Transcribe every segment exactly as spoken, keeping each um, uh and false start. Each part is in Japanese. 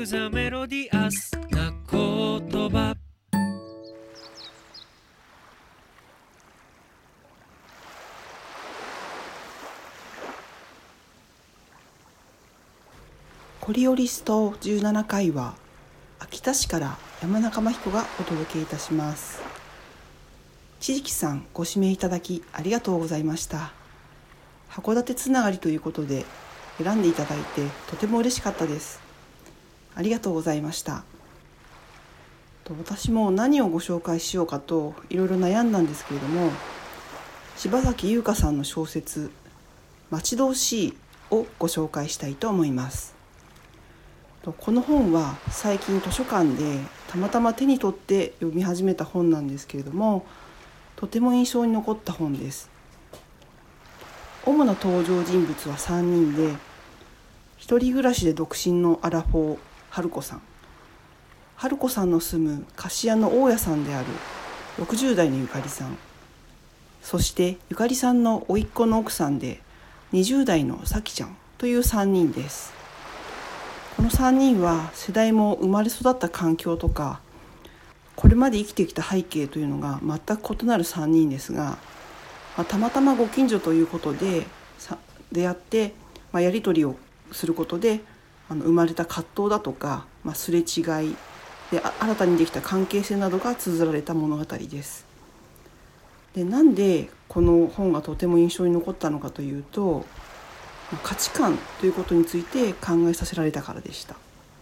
クザメロディアスな言葉。 コリオリストじゅうななかいは秋田市から山中真彦がお届けいたします。千々木さん、ご指名いただきありがとうございました。函館つながりということで選んでいただいてとても嬉しかったです。ありがとうございました。私も何をご紹介しようかといろいろ悩んだんですけれども、柴崎優香さんの小説待ち遠しいをご紹介したいと思います。この本は最近図書館でたまたま手に取って読み始めた本なんですけれども、とても印象に残った本です。主な登場人物はさんにんで、一人暮らしで独身のアラフォー春子さん、春子さんの住む菓子屋の大家さんであるろくじゅうだいのゆかりさん、そしてゆかりさんの甥っ子の奥さんでにじゅうだいのさきちゃんというさんにんです。このさんにんは世代も生まれ育った環境とかこれまで生きてきた背景というのが全く異なるさんにんですが、まあ、たまたまご近所ということで出会って、まあ、やり取りをすることであの生まれた葛藤だとか、まあ、すれ違いで新たにできた関係性などが綴られた物語です。で、なんでこの本がとても印象に残ったのかというと、価値観ということについて考えさせられたからでした。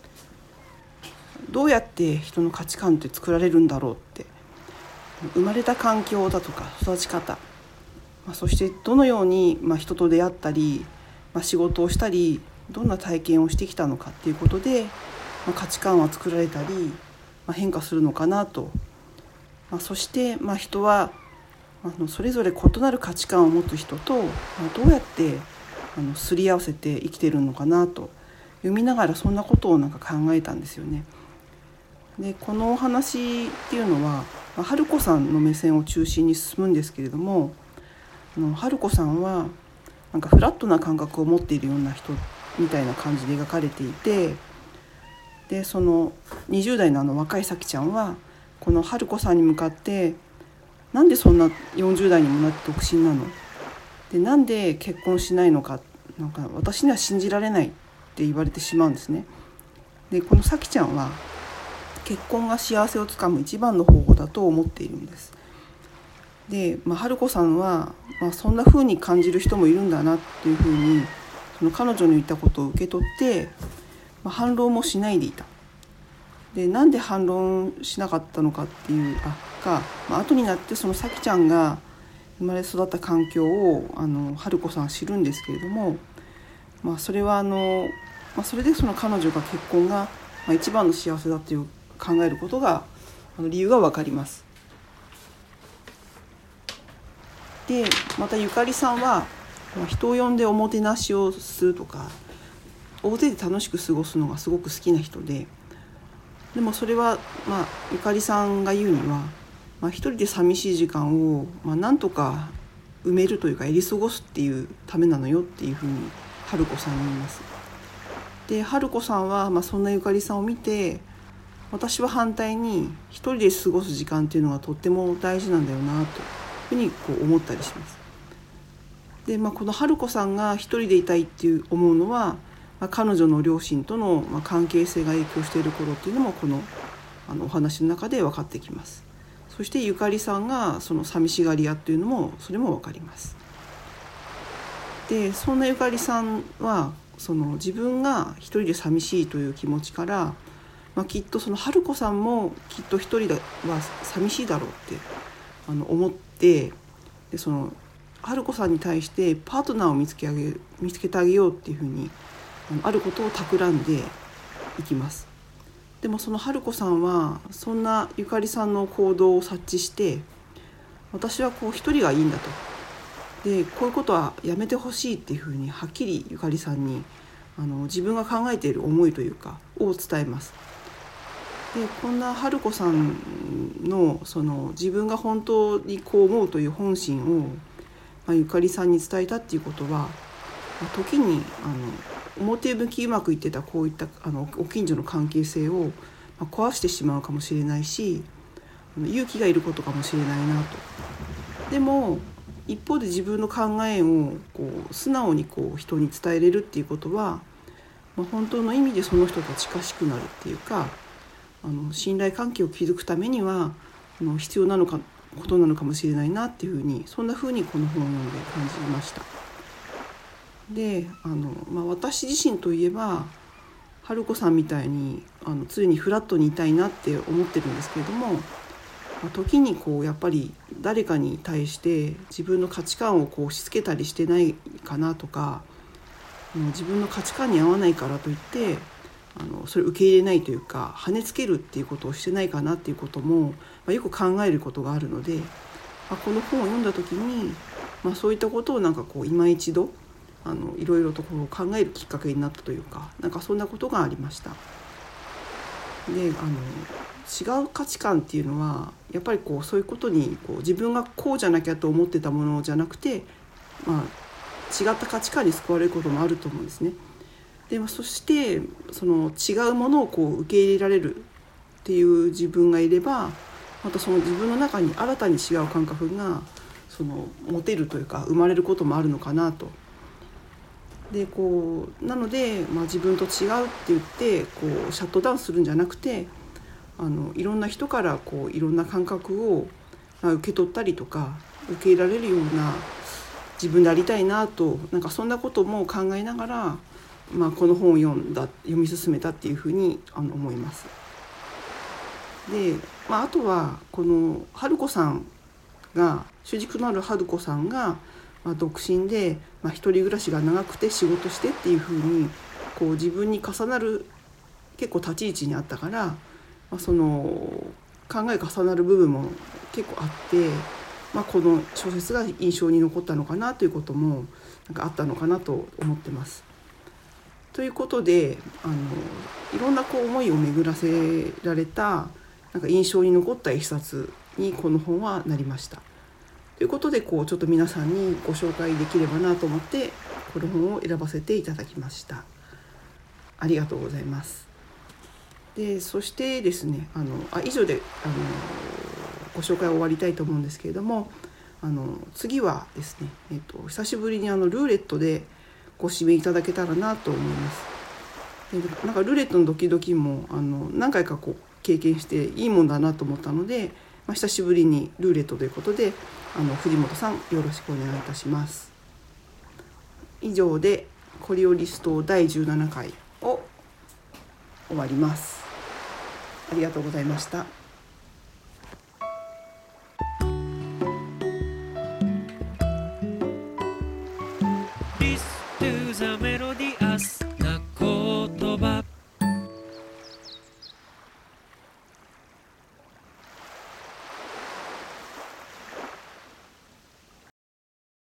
どうやって人の価値観って作られるんだろうって、生まれた環境だとか育ち方、まあ、そしてどのように、まあ、人と出会ったり、まあ、仕事をしたりどんな体験をしてきたのかっていうことで、まあ、価値観は作られたり、まあ、変化するのかなと、まあ、そして、まあ、人はあのそれぞれ異なる価値観を持つ人と、まあ、どうやってあのすり合わせて生きてるのかなと読みながらそんなことをなんか考えたんですよね。で、このお話っていうのは、まあ、春子さんの目線を中心に進むんですけれども、あの春子さんはなんかフラットな感覚を持っているような人みたいな感じで描かれていて、でそのにじゅうだいのあの若いさきちゃんはこの春子さんに向かってなんでそんなよんじゅうだいにもなって独身なので、なんで結婚しないのか、なんか私には信じられないって言われてしまうんですね。で、このさきちゃんは結婚が幸せをつかむ一番の方法だと思っているんです。で、まあ、春子さんは、まあ、そんな風に感じる人もいるんだなっていう風にその彼女の言ったことを受け取って、まあ、反論もしないでいた。で、なんで反論しなかったのかっていうあか、まあ、後になってそのさきちゃんが生まれ育った環境をあの春子さんは知るんですけれども、まあ、それはあの、まあ、それでその彼女が結婚が、まあ、一番の幸せだという考えることがあの理由が分かります。で、またゆかりさんは、まあ、人を呼んでおもてなしをするとか大勢で楽しく過ごすのがすごく好きな人で、でもそれは、まあ、ゆかりさんが言うには、まあ、一人で寂しい時間を、まあ、なんとか埋めるというかやり過ごすっていうためなのよっていうふうに春子さんに言います。で、春子さんは、まあ、そんなゆかりさんを見て、私は反対に一人で過ごす時間っていうのがとっても大事なんだよなというふうにこう思ったりします。で、まあ、この春子さんが一人でいたいっていう思うのは、まあ、彼女の両親とのまあ関係性が影響している頃っていうのもこの、あのお話の中で分かってきます。そしてゆかりさんがその寂しがり屋っていうのもそれも分かります。で、そんなゆかりさんはその自分が一人で寂しいという気持ちから、まあ、きっとその春子さんもきっと一人では寂しいだろうってあの思って、でその春子さんに対してパートナーを見つけ上げ見つけてあげようっていうふうにあることを企んでいきます。でもその春子さんはそんなゆかりさんの行動を察知して、私はこう一人がいいんだと、でこういうことはやめてほしいっていうふうにはっきりゆかりさんにあの自分が考えている思いというかを伝えます。で、こんな春子さんのその自分が本当にこう思うという本心を、まあ、ゆかりさんに伝えたっていうことは、時にあの表向きうまくいってたこういったあのご近所の関係性を、まあ、壊してしまうかもしれないし、勇気がいることかもしれないなと。でも一方で自分の考えをこう素直にこう人に伝えれるっていうことは、まあ、本当の意味でその人と近しくなるっていうか、あの信頼関係を築くためにはあの必要なのかことなのかもしれないなっていうふうに、そんなふうにこの本を読んで感じました。であの、まあ、私自身といえば春子さんみたいにあの常にフラットにいたいなって思ってるんですけれども、まあ、時にこうやっぱり誰かに対して自分の価値観をこう押し付けたりしてないかなとか、もう自分の価値観に合わないからといってあのそれを受け入れないというか、跳ねつけるっていうことをしてないかなっていうことも、まあ、よく考えることがあるので、まあ、この本を読んだ時に、まあ、そういったことをなんかこう今一度あのいろいろとこう考えるきっかけになったというか、なんかそんなことがありました。であの違う価値観っていうのはやっぱりこうそういうことにこう自分がこうじゃなきゃと思ってたものじゃなくて、まあ、違った価値観に救われることもあると思うんですね。でもそしてその違うものをこう受け入れられるっていう自分がいれば、またその自分の中に新たに違う感覚がその持てるというか生まれることもあるのかなと。でこうなので、まあ、自分と違うって言ってこうシャットダウンするんじゃなくて、あのいろんな人からこういろんな感覚を、まあ、受け取ったりとか受け入れられるような自分でありたいなと、なんかそんなことも考えながら、まあ、この本を読んだ読み進めたっていうふうにあの思います。で、まあ、あとはこの春子さんが主軸のある春子さんがまあ、独身で、まあ、一人暮らしが長くて仕事してっていう風にこう自分に重なる結構立ち位置にあったから、まあ、その考え重なる部分も結構あって、まあ、この小説が印象に残ったのかなということもなんかあったのかなと思ってます。ということであのいろんなこう思いを巡らせられたなんか印象に残った一冊にこの本はなりました。ということでこうちょっと皆さんにご紹介できればなと思ってこの本を選ばせていただきました。ありがとうございます。でそしてですねあのあ以上であのご紹介を終わりたいと思うんですけれども、あの次はですね、えっと、久しぶりにあのルーレットでご指名いただけたらなと思います。でなんかルーレットのドキドキもあの何回かこう経験していいもんだなと思ったので、まあ、久しぶりにルーレットということであの藤本さんよろしくお願いいたします。以上でコリオリストだいじゅうななかいを終わります。ありがとうございました。